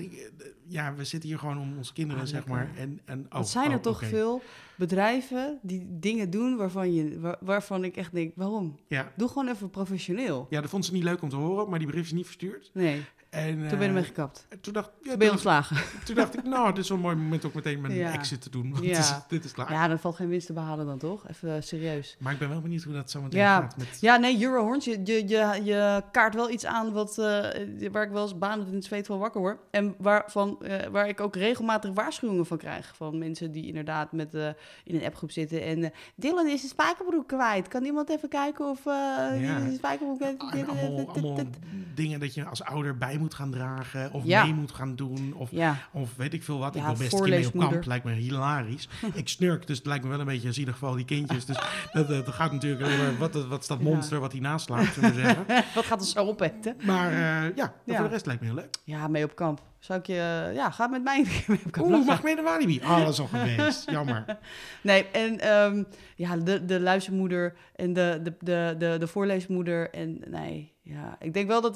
S1: Ja, we zitten hier gewoon om onze kinderen, zeg maar.
S2: Wat zijn er toch veel bedrijven die dingen doen waarvan ik echt denk, waarom?
S1: Ja.
S2: Doe gewoon even professioneel.
S1: Ja, dat vond ze niet leuk om te horen, maar die brief is niet verstuurd.
S2: Nee. En, toen ben je ermee gekapt.
S1: Toen ben
S2: je ontslagen.
S1: Toen dacht ik, dit is wel een mooi moment ook meteen mijn exit te doen. Want dit is klaar.
S2: Ja, dan valt geen winst te behalen dan toch? Even serieus.
S1: Maar ik ben wel benieuwd hoe dat zo meteen gaat.
S2: Eurohorns, je kaart wel iets aan waar ik wel eens banen in het zweet van wakker word. En waar ik ook regelmatig waarschuwingen van krijg. Van mensen die inderdaad in een appgroep zitten. En Dylan is een spijkerbroek kwijt. Kan iemand even kijken of die spijkerbroek...
S1: Allemaal dingen dat je als ouder bij moet gaan dragen of mee moet gaan doen of weet ik veel wat. Ik wil best een keer mee op kamp, lijkt me hilarisch. Ik snurk, dus het lijkt me wel een beetje een zielig geval, die kindjes. Dus dat gaat natuurlijk alleen maar, wat is dat monster wat hij naslaat, zullen we zeggen.
S2: Wat gaat er zo opeten?
S1: Maar voor de rest lijkt me heel leuk.
S2: Ja, mee op kamp. Zou ik je... ga met mij mee op kamp.
S1: Mag ik mee naar Walibi? Dat is al geweest. Jammer.
S2: Nee, en de luistermoeder en de voorleesmoeder en ik denk wel dat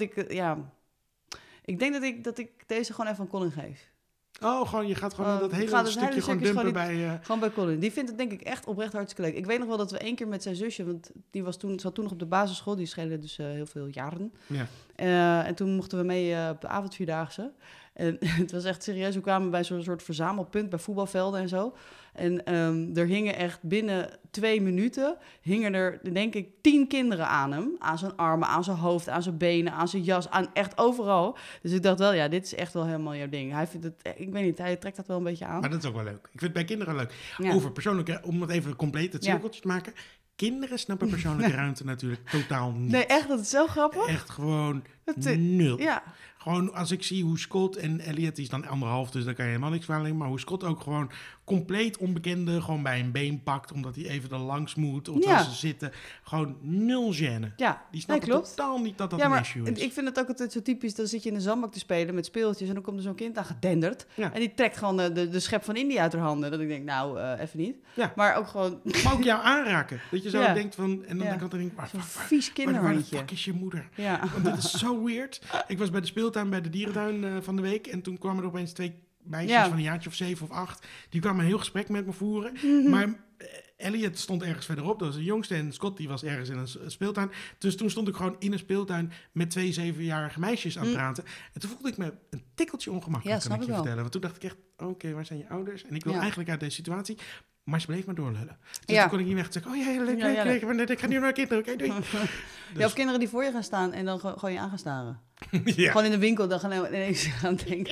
S2: ik denk dat ik deze gewoon even aan Colin geef.
S1: Je gaat gewoon dat hele stukje gewoon dumpen bij...
S2: Gewoon bij Colin. Die vindt het denk ik echt oprecht hartstikke leuk. Ik weet nog wel dat we 1 keer met zijn zusje, want die zat toen nog op de basisschool, die schelen dus heel veel jaren. Ja. En toen mochten we mee op de avondvierdaagse. En het was echt serieus. We kwamen bij zo'n soort verzamelpunt bij voetbalvelden en zo. En er hingen echt binnen 2 minuten... hingen er, denk ik, 10 kinderen aan hem. Aan zijn armen, aan zijn hoofd, aan zijn benen, aan zijn jas. Aan echt overal. Dus ik dacht wel, dit is echt wel helemaal jouw ding. Hij vindt het, ik weet niet, hij trekt dat wel een beetje aan.
S1: Maar dat is ook wel leuk. Ik vind het bij kinderen leuk. Ja. Over persoonlijke, om het even compleet het cirkeltje te maken... Kinderen snappen persoonlijke ruimte natuurlijk totaal niet.
S2: Nee, echt, dat is zo grappig.
S1: Echt gewoon 0.
S2: Ja.
S1: gewoon als ik zie hoe Scott en Elliot, die is dan 1,5, dus daar kan je helemaal niks van alleen, maar hoe Scott ook gewoon compleet onbekende gewoon bij een been pakt, omdat hij even er langs moet, of ze zitten. Gewoon 0 gêne.
S2: Ja,
S1: die snapt totaal niet dat een issue is.
S2: Ik vind het ook altijd zo typisch, dan zit je in een zandbak te spelen met speeltjes en dan komt er zo'n kind aan gedenderd. Ja. En die trekt gewoon de schep van Indy uit haar handen. Dat ik denk, even niet. Ja. Maar ook gewoon...
S1: Maar ook jou aanraken. Dat je zo denkt van... En dan kan ik denken,
S2: zo'n vies kinderhandje.
S1: Waar de fuck is je moeder? Ja. Want dit is zo weird. Ik was bij de speeltuin bij de dierentuin van de week. En toen kwamen er opeens 2 meisjes van een jaartje of 7 of 8. Die kwamen een heel gesprek met me voeren. Mm-hmm. Maar Elliot stond ergens verderop. Dat was de jongste. En Scott die was ergens in een speeltuin. Dus toen stond ik gewoon in een speeltuin met 2 7-jarige meisjes aan het praten. En toen voelde ik me een tikkeltje ongemakkelijk, kan ik je vertellen. Want toen dacht ik echt, oké, waar zijn je ouders? En ik wil eigenlijk uit deze situatie. Maar ze bleef maar doorlullen. Dus toen kon ik niet weg zeggen, leuk. Ik ga nu naar kinderen. Oké, doei.
S2: Dus. Of kinderen die voor je gaan staan en dan gewoon je aan gaan staren. Gewoon in de winkel, dan gaan ineens gaan denken.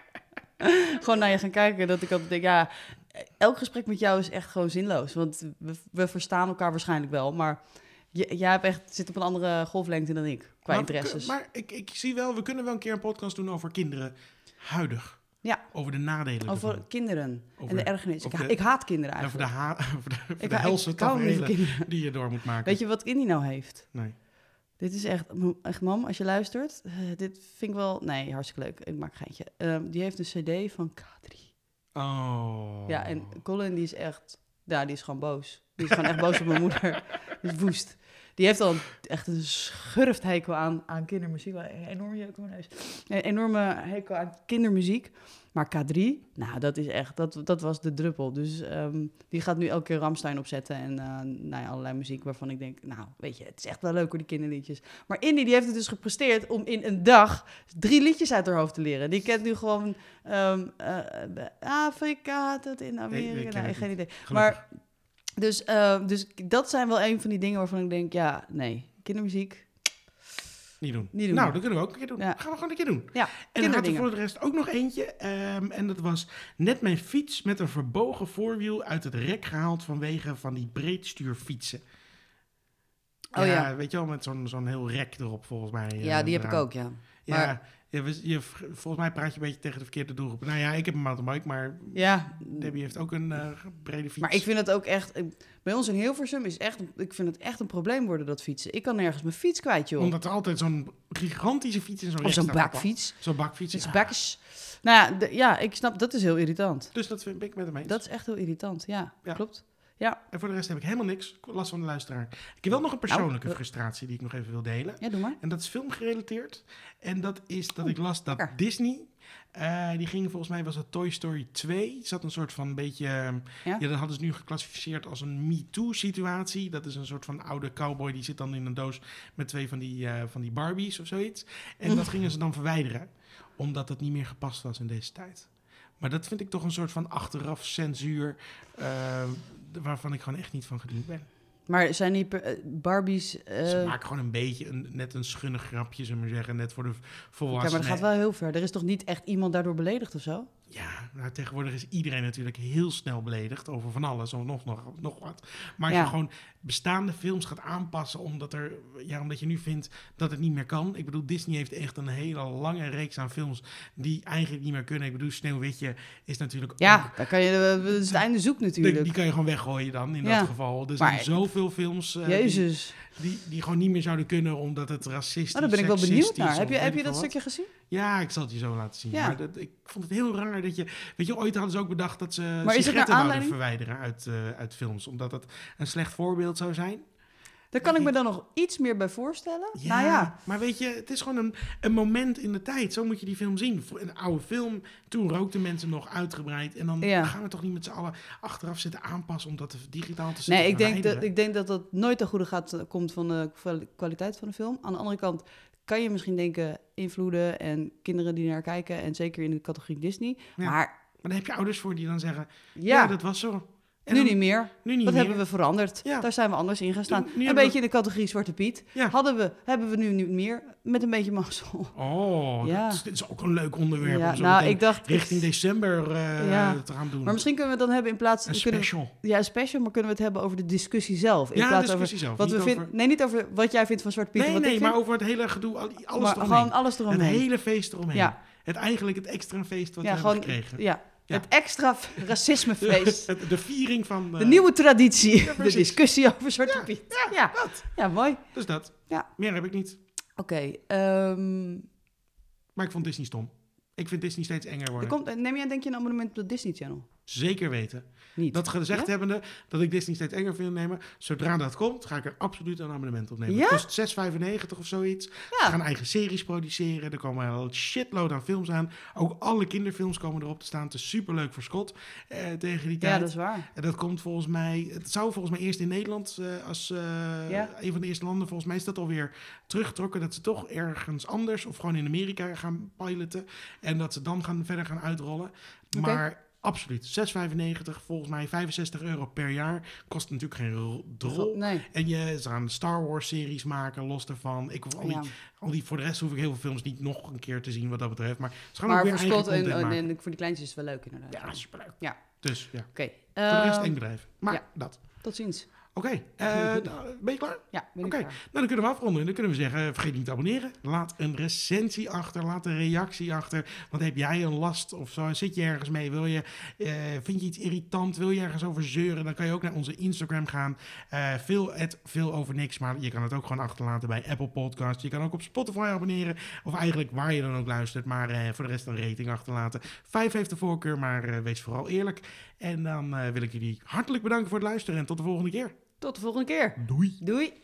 S2: Gewoon naar je gaan kijken. Dat ik altijd denk, elk gesprek met jou is echt gewoon zinloos. Want we verstaan elkaar waarschijnlijk wel. Maar jij zit op een andere golflengte dan ik, qua interesses.
S1: Maar ik zie wel, we kunnen wel een keer een podcast doen over kinderen huidig.
S2: Ja.
S1: Over de nadelen
S2: over
S1: ervan.
S2: Kinderen en de ergernis. Ik haat kinderen eigenlijk.
S1: Over de helse taferelen die je door moet maken.
S2: Weet je wat Indy nou heeft?
S1: Nee.
S2: Dit is echt mam, als je luistert. Dit vind ik wel... Nee, hartstikke leuk. Ik maak een geintje. Die heeft een cd van K3.
S1: Oh.
S2: Ja, en Colin die is echt... Ja, die is gewoon boos. Die is gewoon echt boos op mijn moeder. Die is woest. Die heeft al echt een schurfthekel aan kindermuziek. Een enorme jeuk in mijn neus. Een enorme hekel aan kindermuziek. Maar K3, nou, dat is echt... Dat was de druppel. Dus die gaat nu elke keer Rammstein opzetten. En allerlei muziek waarvan ik denk... Nou, weet je, het is echt wel leuk hoor, die kinderliedjes. Maar Indy, die heeft het dus gepresteerd om in een dag 3 liedjes uit haar hoofd te leren. Die kent nu gewoon... Afrika tot in Amerika. Nee, geen idee. Gelukkig. Maar... Dus dat zijn wel een van die dingen waarvan ik denk... Ja, nee, kindermuziek...
S1: Niet doen. Nou, dat kunnen we ook een keer doen. Ja. Gaan we gewoon een keer doen.
S2: Ja,
S1: en dan had er voor de rest ook nog eentje. En dat was net mijn fiets met een verbogen voorwiel uit het rek gehaald vanwege van die breedstuurfietsen.
S2: Oh ja.
S1: Weet je wel, met zo'n heel rek erop volgens mij.
S2: Ja, die heb ik ook, ja. Maar...
S1: volgens mij praat je een beetje tegen de verkeerde doelgroep. Nou ja, ik heb een mountainbike, maar Debbie heeft ook een brede fiets.
S2: Maar ik vind het ook echt... Bij ons in Hilversum ik vind het echt een probleem worden, dat fietsen. Ik kan nergens mijn fiets kwijt, joh.
S1: Omdat er altijd zo'n gigantische fiets in
S2: of zo'n bakfiets.
S1: Zo'n bakfiets.
S2: Het is bakkes. Nou ja, ik snap, dat is heel irritant.
S1: Dus dat vind ik met hem eens.
S2: Dat is echt heel irritant, ja. Klopt. Ja.
S1: En voor de rest heb ik helemaal niks last van de luisteraar. Ik heb wel nog een persoonlijke frustratie die ik nog even wil delen.
S2: Ja, doe maar.
S1: En dat is filmgerelateerd. En dat is dat ik las dat Disney... die ging volgens mij, was het Toy Story 2. Er zat een soort van beetje... dat hadden ze nu geclassificeerd als een MeToo-situatie. Dat is een soort van oude cowboy. Die zit dan in een doos met 2 van die Barbies of zoiets. En dat gingen ze dan verwijderen. Omdat het niet meer gepast was in deze tijd. Maar dat vind ik toch een soort van achteraf censuur... waarvan ik gewoon echt niet van gediend ben.
S2: Maar zijn die Barbies...
S1: Ze maken gewoon een beetje net een schunnig grapje, zullen we maar zeggen. Net voor de volwassenen.
S2: Ja, maar dat gaat wel heel ver. Er is toch niet echt iemand daardoor beledigd of zo?
S1: Ja, nou, tegenwoordig is iedereen natuurlijk heel snel beledigd over van alles of nog wat. Maar als je gewoon bestaande films gaat aanpassen omdat je nu vindt dat het niet meer kan. Ik bedoel, Disney heeft echt een hele lange reeks aan films die eigenlijk niet meer kunnen. Ik bedoel, Sneeuwwitje is natuurlijk...
S2: Ja, daar kan je... Dat is het einde zoek natuurlijk.
S1: Die kan je gewoon weggooien dan, in dat geval. Er zijn zoveel films...
S2: Jezus.
S1: Die gewoon niet meer zouden kunnen omdat het racistisch,
S2: daar ben ik wel benieuwd naar. Heb je dat stukje gezien?
S1: Ja, ik zal het je zo laten zien. Ja. Maar ik vond het heel raar dat je... Weet je, ooit hadden ze ook bedacht dat ze sigaretten wouden verwijderen uit films. Omdat het een slecht voorbeeld zou zijn.
S2: Daar kan ik me dan nog iets meer bij voorstellen.
S1: Ja, nou ja, maar weet je, het is gewoon een moment in de tijd. Zo moet je die film zien. Een oude film, toen rookten mensen nog uitgebreid. En dan gaan we toch niet met z'n allen achteraf zitten aanpassen om dat digitaal te zetten.
S2: Nee, ik denk dat dat nooit ten goede komt van de kwaliteit van de film. Aan de andere kant kan je misschien denken invloeden en kinderen die naar kijken. En zeker in de categorie Disney.
S1: Ja, maar dan heb je ouders voor die dan zeggen, ja dat was zo.
S2: En nu niet meer. Wat hebben we veranderd? Ja. Daar zijn we anders in gaan staan. Een beetje in de categorie Zwarte Piet. Ja. Hebben we nu niet meer met een beetje mazzel.
S1: Oh, dit is ook een leuk onderwerp. Ja, nou, ik dacht richting december te gaan doen.
S2: Maar misschien kunnen we het dan hebben in plaats...
S1: Een special.
S2: Een special, maar kunnen we het hebben over de discussie zelf? In plaats
S1: de discussie
S2: over
S1: zelf.
S2: Wat we vinden. Nee, niet over wat jij vindt van Zwarte Piet.
S1: Nee, maar over het hele gedoe, alles eromheen.
S2: Gewoon alles eromheen.
S1: Het hele feest eromheen. Ja. Het extra feest wat we hebben gekregen.
S2: Ja. Het extra racismefeest.
S1: De viering van...
S2: de nieuwe traditie. De discussie over Zwarte Piet. Ja, mooi.
S1: Dus dat. Ja. Meer heb ik niet.
S2: Oké.
S1: Maar ik vond Disney stom. Ik vind Disney steeds enger worden.
S2: Neem jij denk je een abonnement op de Disney Channel?
S1: Zeker weten. Niet. Dat gezegd hebbende, dat ik Disney steeds enger vind nemen. Zodra dat komt, ga ik er absoluut een abonnement op nemen. Ja? Het kost €6,95 of zoiets. Ja. Ze gaan eigen series produceren. Er komen een shitload aan films aan. Ook alle kinderfilms komen erop te staan. Het is superleuk voor Scott tegen die tijd.
S2: Ja, dat is waar.
S1: En dat komt volgens mij... Het zou volgens mij eerst in Nederland als een van de eerste landen. Volgens mij is dat alweer teruggetrokken. Dat ze toch ergens anders of gewoon in Amerika gaan piloten. En dat ze dan verder gaan uitrollen. Okay. Maar... Absoluut. €6,95, volgens mij €65 per jaar. Kost natuurlijk geen drol. Nee. En ze gaan Star Wars series maken, los daarvan. Voor de rest hoef ik heel veel films niet nog een keer te zien wat dat betreft. Maar ze gaan ook weer eigen content maken.
S2: En voor die kleintjes is het wel leuk inderdaad.
S1: Ja, superleuk. Ja. Dus ja.
S2: Oké.
S1: Voor de rest één bedrijf. Maar dat.
S2: Tot ziens.
S1: Oké, ben je klaar?
S2: Ja, ben ik klaar.
S1: Nou, dan kunnen we afronden. En dan kunnen we zeggen, vergeet niet te abonneren. Laat een recensie achter, laat een reactie achter. Want heb jij een last of zo? Zit je ergens mee? Vind je iets irritant? Wil je ergens over zeuren? Dan kan je ook naar onze Instagram gaan. Veel over niks, maar je kan het ook gewoon achterlaten bij Apple Podcasts. Je kan ook op Spotify abonneren. Of eigenlijk waar je dan ook luistert. Maar voor de rest een rating achterlaten. 5 heeft de voorkeur, maar wees vooral eerlijk. En dan wil ik jullie hartelijk bedanken voor het luisteren. En tot de volgende keer.
S2: Tot de volgende keer.
S1: Doei.
S2: Doei.